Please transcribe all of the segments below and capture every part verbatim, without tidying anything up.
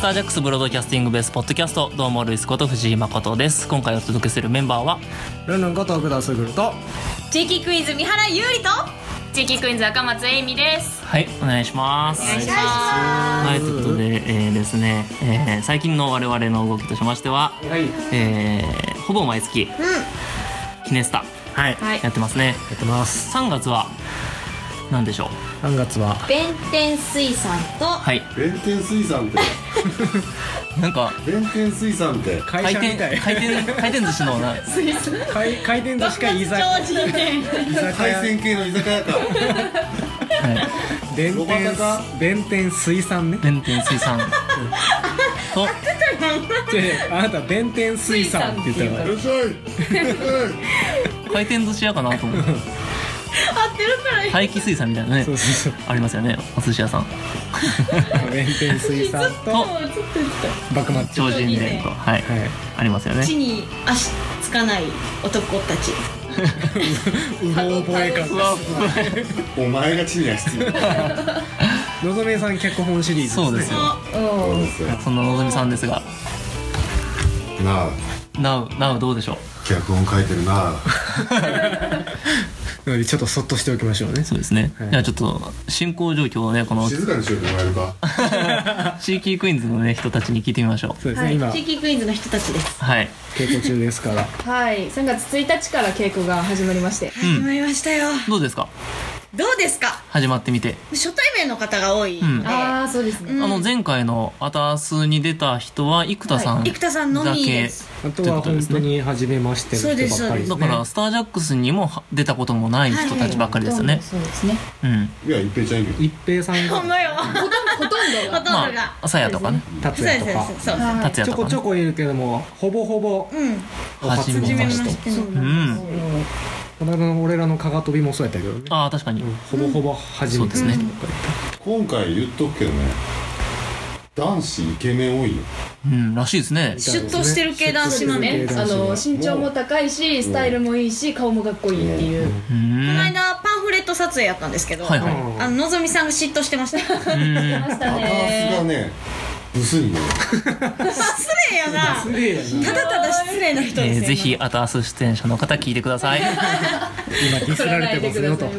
タージャックスブロードキャスティングベースポッドキャスト、どうもルイスこと藤井誠です。今回お届けするメンバーはルンルンこと奥田卓と地域クイズ三原優里と地域クイズ赤松恵美です。 はい、お願いします。 お願いします。 はい、ということで、えー、ですね、えー、最近の我々の動きとしましては、 はい、 えー、ほぼ毎月、うん、キネスタはい、 やってますね。 やってます。 さんがつは何でしょう。 さんがつは弁天水産と、 はい、 弁天水産ってなんか弁天水産って会社みたい。 回転回転寿司のな回回転寿司か居酒屋居酒海屋鮮系の居酒屋か弁天弁天水産ね。 弁天水産とであなた弁天水産って言ったらいらっしゃい回転寿司屋かなと思う。 合ってるから廃棄水産みたいなね、 そうそうそうありますよね、お寿司屋さん。 弁天水産と幕末超人伝と、はい、 はいありますよね。 地に足つかない男たち。 うろ覚え感がお前が地には必要のぞみさん脚本シリーズそうですよ。 そうですよそんなのぞみさんですが、 なあ Now Now どうでしょう。 脚本書いてるななのでちょっとそっとしておきましょうね。 そうですね、 はい、 じゃあちょっと進行状況をね、この静かにしといてもらえるか地域クイーンズのね人たちに聞いてみましょう。 そうですね、 はい、 今地域クイズの人たちです。 はい、 稽古中ですからはい、さんがつついたちから稽古が始まりまして、 始まりましたよ。 どうですか、 どうですか。 始まってみて。 初対面の方が多いので、 ああそうですね、 うんあの前回のアタースに出た人は生田さんだけ、 生田さんのみです。 あとは本当に初めましての人ばっかりですね。 だからスタージャックスにも出たこともない人たちばっかりですよね。 そうですね。 うん。 いや一平ちゃんいるけど一平さんがほんまよ。 ほとんどほとんどがほとんどまが。 あさやとかね、 達そうです也とかそうです。 はい達也とかね。 ちょこちょこいるけどもほぼほぼうん。 初めまし。 初めましててそうの。 うん。 この間の俺らのかが飛びもそうやったけどね、 ああ確かに。 うんほぼほぼ初めてそうですね今回言っとくけどね、男子イケメン多いよ。 うんらしいですね。 シュッとしてる系男子のね。 あの身長も高いしスタイルもいいし顔もかっこいいっていう、 うこん。 の間パンフレット撮影やったんですけど、 はいはい。 あののぞみさんが嫉妬してました。 うん。 ましたアタースがね。 ねブスにね失礼やな。 失礼やな。 ただただ失礼な人えー、 ですよ。 ぜひアタース出演者の方聞いてください。 今ディスられてますよと。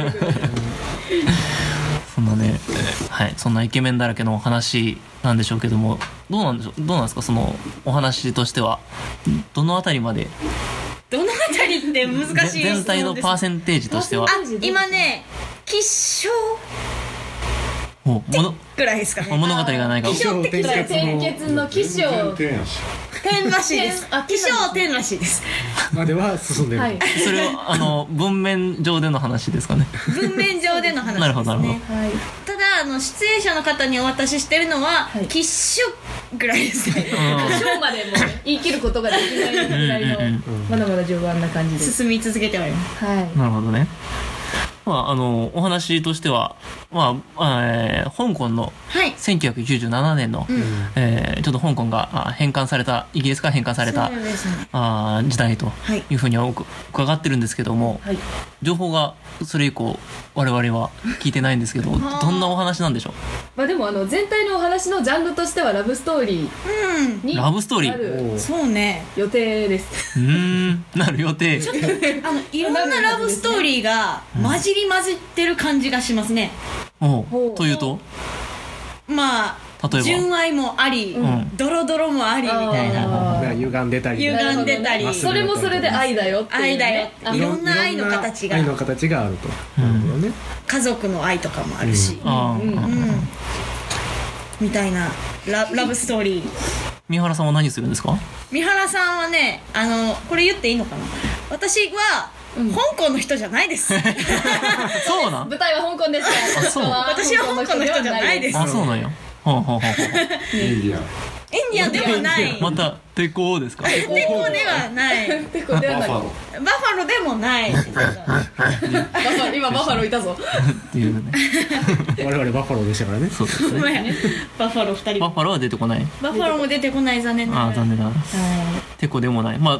そんなね、はい、そんなイケメンだらけのお話なんでしょうけども、どうなんでしょう、どうなんですか、そのお話としてはどのあたりまで、 どのあたりって難しい。 ぜ全体のパーセンテージとしては、 あ、今ね、吉祥おものぐらいですかね。 物語がないか。 起承転結転の結の起承全然やし天らしいです。 天あ吉祥天らしいです。 までは進んでる、 はいそれはあの文面上での話ですかね。 文面上での話ですね。 なるほどなるほどはいただあの出演者の方にお渡ししてるのは、 はい吉祥ぐらいですね。 章までも言い切ることができないぐらいのうんうんまだまだ序盤な感じです。 進み続けております。 はい。 なるほどね。まあ、あのお話としては、まあえー香港のはい。 せんきゅうひゃくきゅうじゅうななねんの、 うん。 えーちょっと香港があ返還された、イギリスから返還されたそうですね。 あー時代とはいいうふうにはおく伺ってるんですけども、 はい。 情報がそれ以降我々は聞いてないんですけど、 ーどんなお話なんでしょまあでもあの全体のお話のジャンルとしてはラブストーリーうにラブストーリーなるおん。そうね。 予定です。 う。うーんなる予定。 あのいろんなラブストーリーが混じり混じってる感じがしますね。 おうほうというとまあ例えば純愛もあり、 んドロドロもありみたいな。 だから歪んでたり歪んでたりなるほどねそれもそれで愛だよっていうね。 愛だよあいろんな愛の形が愛の形があると、 うんなるほどね。 家族の愛とかもあるし、 あー、 うんうんみたいなララブストーリー。 三原さんは何するんですか。 三原さんはね、あのこれ言っていいのかな。私は、 うん香港の人じゃないです。 そうなん。 舞台は香港ですから。 あそう私は香港の人じゃないです。 あそうなんや。ほうほうほうほう。 インディアンインディアンではない。 また抵抗ですか。 テコではない。 てこではない。 バッファロバファロでもない。 バファロ今バファロいたぞ。 っていうね。 我々バッファローでしたからね。 そうですね。 ごめんバファロ二人。 バッファローは出てこない。 バファロも出てこない、残念ながら。 ああ残念ながら。 はてこでもない。まあに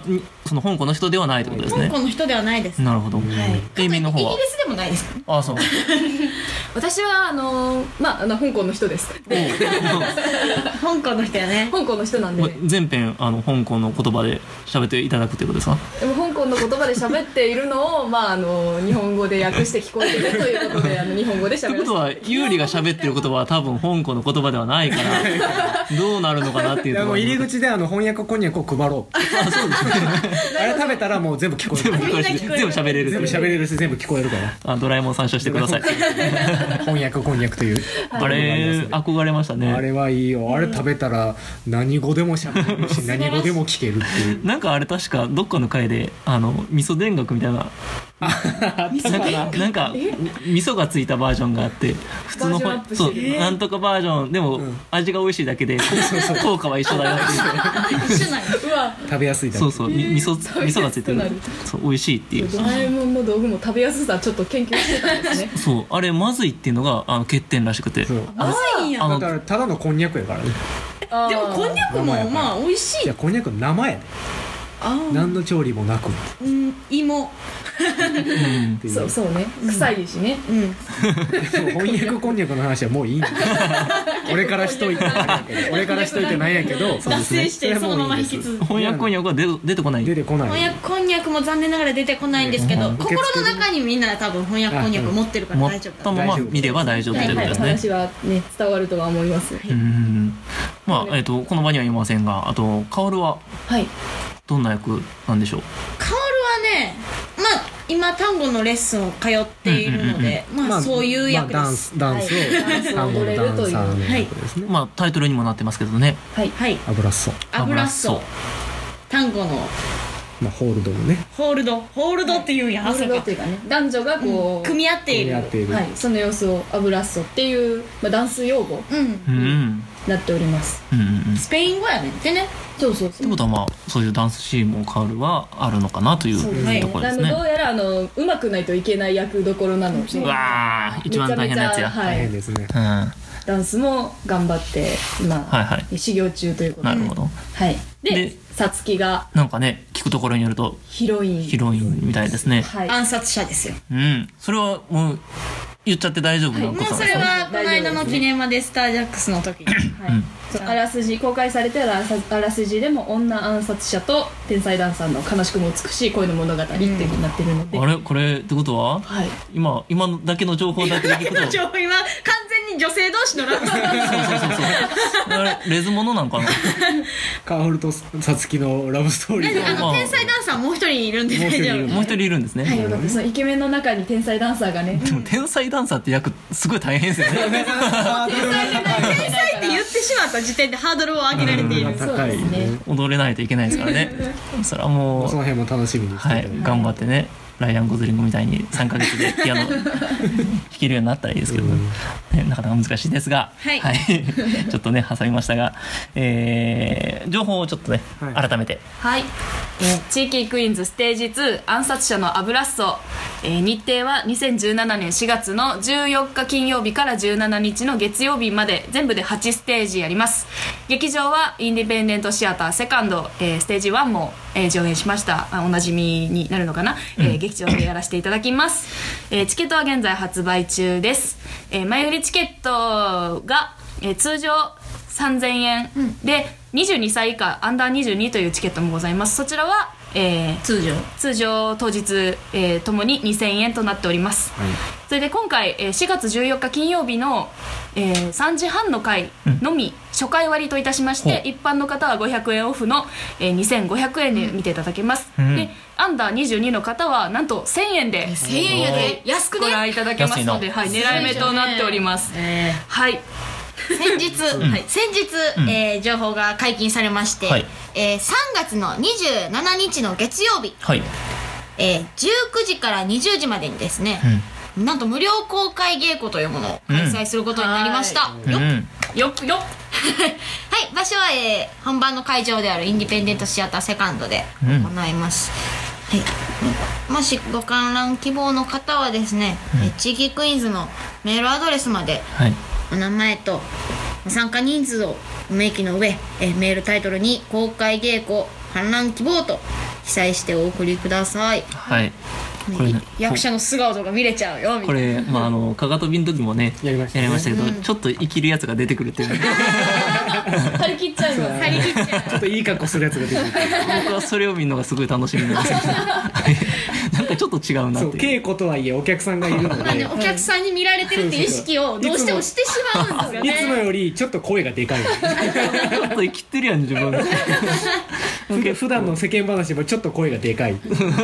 その香港の人ではないってことですね。 香港の人ではないです。 なるほど。 はい。 エイミンの方はイギリスでもないですかね。 ああそう私はあのーまああの香港の人です。 香港の人やね。 香港の人なんで、 全編あの香港の言葉で喋っていただくということですか？ でも香港の言葉で喋っているのをまああの日本語で訳して聞こえてるということであの日本語で喋らせて。 ということはユーリが喋ってる言葉は多分香港の言葉ではないからどうなるのかなっていうところ。 いやもう入り口であの翻訳こんにゃくを配ろう。 あそうですねあれ食べたらもう全部聞こえる。 全部聞こえるし全部喋れる全部喋れるし全部聞こえるからあドラえもん参照してください翻訳こんにゃくというあれ憧れましたね。 あれはいいよ。あれ食べたら何語でも喋れるし何語でも聞けるっていうなんかあれ確かどっかの回であの味噌田楽みたいななんかなんか味噌がついたバージョンがあって普通のバージョンアップそうしてるなんとかバージョンでも味が美味しいだけで効果は一緒だよっていう一緒なんや。 うわ食べやすいだけそうそうみ味噌味噌がついてる食べやすくなるそう美味しいっていうドラえもんの道具も食べやすさちょっと研究してたんですね。 そうあれまずいっていうのがあの欠点らしくてそうまずいんや。 あのだからただのこんにゃくやからね。 あーでもこんにゃくもまあ美味しい。 いやこんにゃく生やであー何の調理もなくっうん芋。 うんていうそうそうね臭いしね。 うん。 そう翻訳こんにゃくの話はもういいんだ俺からしといてなんやけど俺からしといてなんやけど脱線してそのまま引き続く。 翻訳こんにゃくは出出てこない出てこない翻訳こんにゃくも残念ながら出てこないんですけど、 うん心の中にみんな多分翻訳こんにゃく持ってるからも大丈夫だっともまあ見れば大丈夫というこはい、 とですね、 話はね伝わるとは思います。 うんまあえっ、とこの場にはいませんがあとカオルははい。 どんな役なんでしょう？ カオルはね、まあ今単語のレッスンを通っているので、まあそういう役でまあダンす。 スダンスをはい単語のダンサーの役ですね。 まあタイトルにもなってますけどねはい。 はい。 油っそ油っそ。単語のまあホールドもねホールド、ホールドっていうんや。 ホールドっていうかね男女がこう、 組み合っている。 組み合っているはい、その様子を油っそっていう、まあ、ダンス用語うん。 うんうんなっております。 うんうんうんっスペイン語やねんでね。 そうそうそう。 てことはまあそういうダンスシーンもカオルはあるのかなというそうですねところですね。 なのどうやらあのうまくないといけない役どころなので、 うわー一番大変なやつや。 はい大変ですね。 うんはダンスも頑張って今、 いはい修行中ということで、 なるほど。 はい。でで、 さつきがなんかね聞くところによるとヒロイン。 ヒロインみたいですね。 はい。 暗殺者ですよ。 うんそれはもう言っちゃって大丈夫なこもうそとなんですか？ れはこの間の記念までスタージャックスの時に。 はいうんそうあらすじ公開されてあらさあらすじでも女暗殺者と天才ダンサーの悲しくも美しい恋の物語っていう風になってるので、 あれこれってことははい。 今今のだけの情報だけで聞くと情報今完全に女性同士のラブストーリー。 そうそうそうそうあれレズモノなんかな？ カオルとサツキのラブストーリーがあの天才ダンサーもう一人いるんで大丈夫。 もう一人いるんですね、 はい、よかったそのイケメンの中に天才ダンサーがねでも天才ダンサーって役すごい大変ですよね天才って言ってしまった時点でハードルを上げられている。 そう高いですね踊れないといけないですからねそれはもうその辺も楽しみにしていはいただいて頑張ってねライアン・ゴズリングみたいにさんかげつでピアノ弾けるようになったらいいですけど、 うんね、なかなか難しいですが、 はいちょっとね挟みましたが、えー情報をちょっとね、 はい改めてはい、えー地域クイーンズステージツー暗殺者の油っそ、えー日程はにせんじゅうななねんしがつのじゅうよっか金曜日からじゅうしちにちの月曜日まで全部ではちステージやります。劇場はインディペンデントシアターセカンド、えーステージワンも、えー上演しましたあおなじみになるのかな、えー劇場でやらせていただきます、えーチケットは現在発売中です、えー前売りチケットが、えー通常さんぜんえん、でにじゅうにさい以下アンダーにじゅうにというチケットもございます。そちらは、えー通常。 通常当日、えーともににせんえんとなっております、 はいそれで今回、えーしがつじゅうよっか金曜日の、えーさんじはんの回のみ、初回割といたしましてほう一般の方はごひゃくえんオフの、えーにせんごひゃくえんで見ていただけます、 うんでアンダーにじゅうにの方はなんとせんえんでせんえんやで安くごね。 覧いただけますので、 安はい、狙い目となっております、 えはいー先日、はい先日、 んえー情報が解禁されまして、 はいえーさんがつのにじゅうしちにちの月曜日、 はい、 えーじゅうくじからにじゅうじまでにですね、なんと無料公開稽古というものを開催することになりました、よっうんうんよっよっはい、場所は、えー本番の会場であるインディペンデントシアターセカンドで行います、はい、もしご観覧希望の方はですね、えー地域クイーンズのメールアドレスまではいお名前と参加人数を明記の上、えーメールタイトルに公開稽古観覧希望と記載してお送りください。 はい。これね、 役者の素顔とか見れちゃうよみたいな。 これ、まあ、あのかがとびの時もねやりましたねやりましたけど、ちょっと生きるやつが出てくるっていうね張り切っちゃいます。 張り切っちゃう。 ちょっといい格好するやつが出てくる僕はそれを見るのがすごい楽しみなんですけどなんかちょっと違うなそうっていう稽古とはいえお客さんがいるのまあね、 でお客さんに見られてるっていう意識をどうしてもしてしまうんですよね。 いつもよりちょっと声がでかいちょっと生きてるやん自分ふ普段の世間話もちょっと声がでかい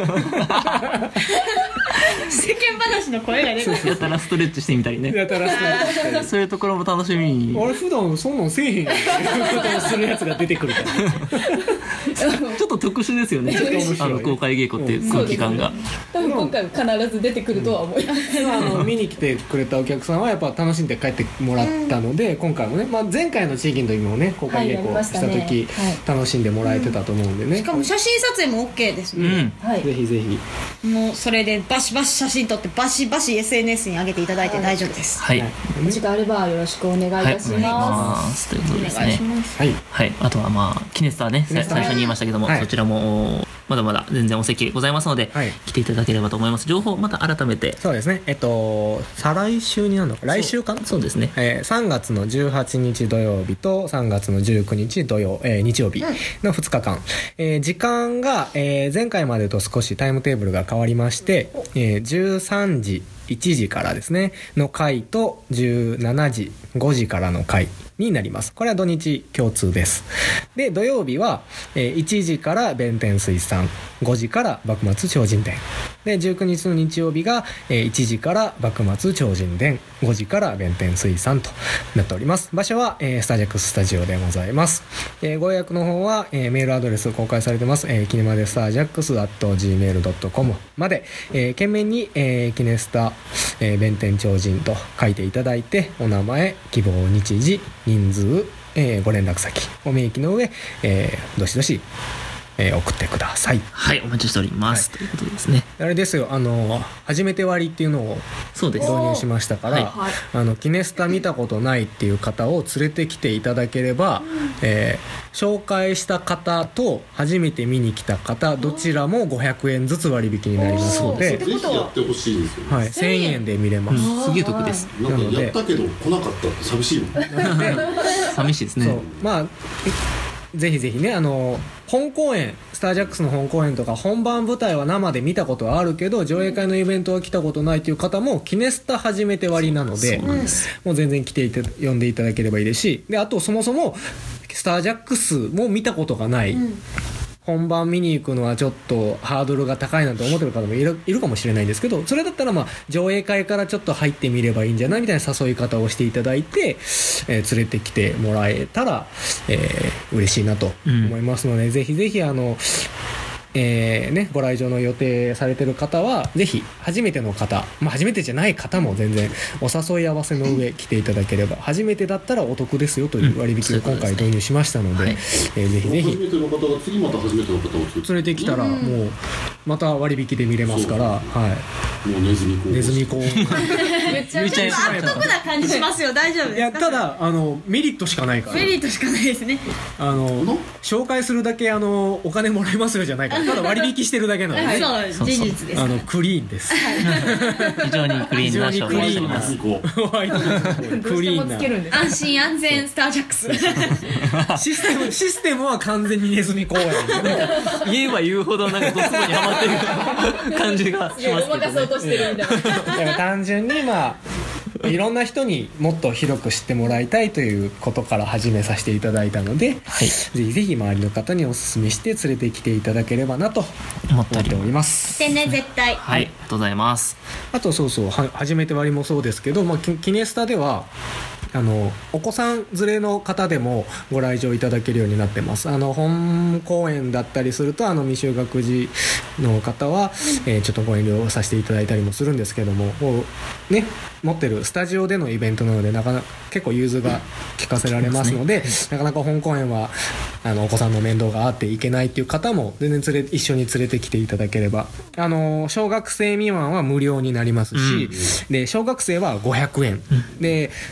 世間話の声が出てやったらストレッチしてみたりねやたらしてそういうところも楽しみに俺普段そんなんせえへんやんことをするやつが出てくるからちょっと特殊ですよねちょっと面白いあの公開稽古っていう空気感が、 多分今回も必ず出てくるとは思います。 あの見に来てくれたお客さんはやっぱ楽しんで帰ってもらったので、今回もね、まあ、前回の地域の時もね公開稽古した時、 はいやりましたね楽しんでもらえてたと思うんでね、 しかも写真撮影も OK ですうね、 んはい。 ぜひぜひもうそれでバシバシ写真撮ってバシバシ エスエヌエス に上げていただいて大丈夫です。 はい、 お時間あればよろしくお願いいはい、 たしお願いしまますということおですね願いします。 はいはい、あとはまあキネスターねキネスター最初に言いましたけども、 はいそちらもまだまだ全然お席ございますので、 はい来ていただければと思います。情報また改めてそうですね、えっと再来週になるのか来週かな、 そうですね、 えー、さんがつのじゅうはちにち土曜日とさんがつのじゅうくにち土曜、えー日曜日のふつかかん、えー時間が、えー前回までと少しタイムテーブルが変わりまして、えーじゅうさんじいちじからですねの回とじゅうしちじごじからの回になります。これは土日共通です。で土曜日は、えーいちじから弁天水産、ごじから幕末超人伝で、じゅうくにちの日曜日が、えーいちじから幕末超人伝、ごじから弁天水産となっております。場所は、えースタジャックススタジオでございます。えーご予約の方は、えーメールアドレス公開されてます、えー、キネマデスタージャックス アットジーメールドットコム まで、えー、懸命に、えー、キネスタ、えー、弁天超人と書いていただいて、お名前、希望日時、人数、えーご連絡先を明記の上、えーどしどし、えー送ってください。 はい、お待ちしております、ということですね。 あれですよ、あの初めて割っていうのをそうです導入しましたから、 はいはいあのキネスタ見たことないっていう方を連れてきていただければ、えー紹介した方と初めて見に来た方どちらもごひゃくえんずつ割引になりますので、 ぜひやってほしいんですよね、 はい、せんえんで見れます。 うん、すげえ得です。 なんかなのでやったけど来なかったって寂しいもん寂しいですそうね。 まあぜひぜひね、あの本公演スタージャックスの本公演とか本番舞台は生で見たことはあるけど上映会のイベントは来たことないという方もキネスタ初めて割なので、もう全然来ていて呼んでいただければいいですし、であとそもそもスタージャックスも見たことがない、本番見に行くのはちょっとハードルが高いなと思ってる方もいる、いるかもしれないんですけど、それだったらまあ上映会からちょっと入ってみればいいんじゃないみたいな誘い方をしていただいて、えー連れてきてもらえたら、えー嬉しいなと思いますので、ぜひぜひあのえーね、ご来場の予定されてる方はぜひ初めての方、まあ、初めてじゃない方も全然お誘い合わせの上来ていただければ、初めてだったらお得ですよという割引を今回導入しましたので、 はいえーぜひぜひ初めての方が次また初めての方を連れて連れてきたらもうまた割引で見れますから、はいもうネズミ講ネズミ講めっちゃめっちゃちょっと悪徳な感じしますよ。大丈夫ですか？ いやただあのメリットしかないから、 メリットしかないですね。 あの紹介するだけあのお金もらえますよじゃないから、ただ割引してるだけなので、 そう事実です。 あのクリーンです非常にクリーンな非常商品をにクリーンなしております。 こうホワイトクリーンなつけるんです安心安全スタージャックス。 システムシステムは完全にネズミ公園言えば言うほどなんかドツボにはまってる感じがしますけどね。 ごまかそうとしてるみたいな。 だから単純にまあいろんな人にもっと広く知ってもらいたいということから始めさせていただいたので、 はいぜひぜひ周りの方にお勧めして連れてきていただければなと思っており思っておりまます。 でね、絶対。 はい、ありがとうございます。 あとそうそうは初めて割もそうですけど、まあ、キキネスタではあのお子さん連れの方でもご来場いただけるようになってます。あの本公演だったりするとあの未就学児の方は、えーちょっとご遠慮させていただいたりもするんですけども、こうね持ってるスタジオでのイベントなのでなかなか結構融通が利かせられますので、なかなか本公演はあのお子さんの面倒があっていけないっていう方も全然連れ一緒に連れてきていただければ、あの小学生未満は無料になりますし、で小学生はごひゃくえん、で中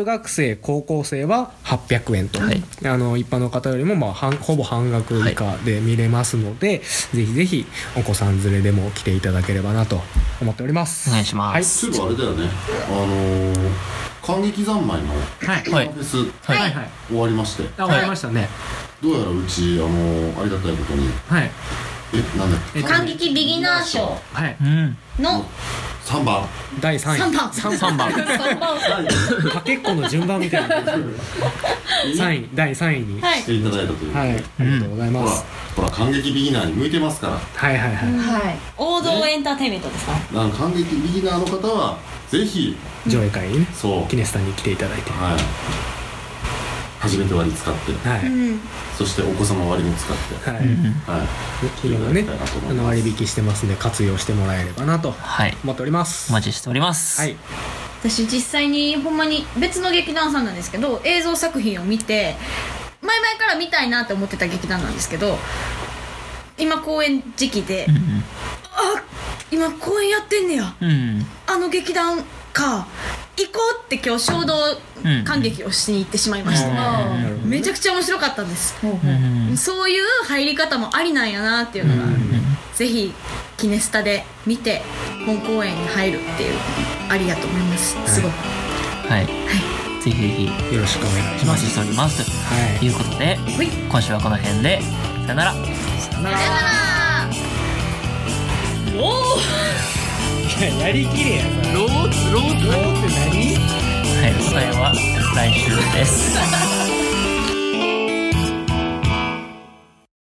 学生高校生ははっぴゃくえんと、 はい、 あの一般の方よりもまあ半ほぼ半額以下で見れますので、はい、ぜひぜひお子さん連れでも来ていただければなと思っております。 お願いします。 はい、そういえばあれだよね、あのー、感激三昧のフェス、 はいはいはい、 終わりまして、 あ終わりましたね。 どうやらうち、あのー、ありがたいことに、 はい、 えなんだっけ、 感激ビギナー賞のさんばんだいさんいさんばんさんばんかけっこの順番みたいなさんいだいさんいにしていただいたという、 はい、ありがとうございます。 ほらほら感激ビギナーに向いてますから。 はいはいはい、 はい、王道エンターテインメントですか。 なんか感激ビギナーの方はぜひ上映会にね、 そうキネスタに来ていただいて、 はい、初めて割使って、 はい、 うん、 そしてお子様割も使って、 はい、 はい、 今ねあの割引してますんで活用してもらえればなと思っております。 お待ちしております。 はい、 私実際にほんまに別の劇団さんなんですけど、映像作品を見て前々から見たいなって思ってた劇団なんですけど、今公演時期で、 うんうん、 あ、今公演やってんねや、 うん、あの劇団か行こうって今日衝動感激をしに行ってしまいました、うん、めちゃくちゃ面白かったんです、うん、そういう入り方もありなんやなっていうのが、うん、ぜひキネスタで見て本公演に入るっていうありやと思います。すごくはい、はい、ぜひぜひよろしくお願いします。 お待ちしておりますと、はい、いうことで、はい、今週はこの辺でさよなら。 さよなら。 おおやりきれやさ。 ローローローって何？ はい、答えは来週です。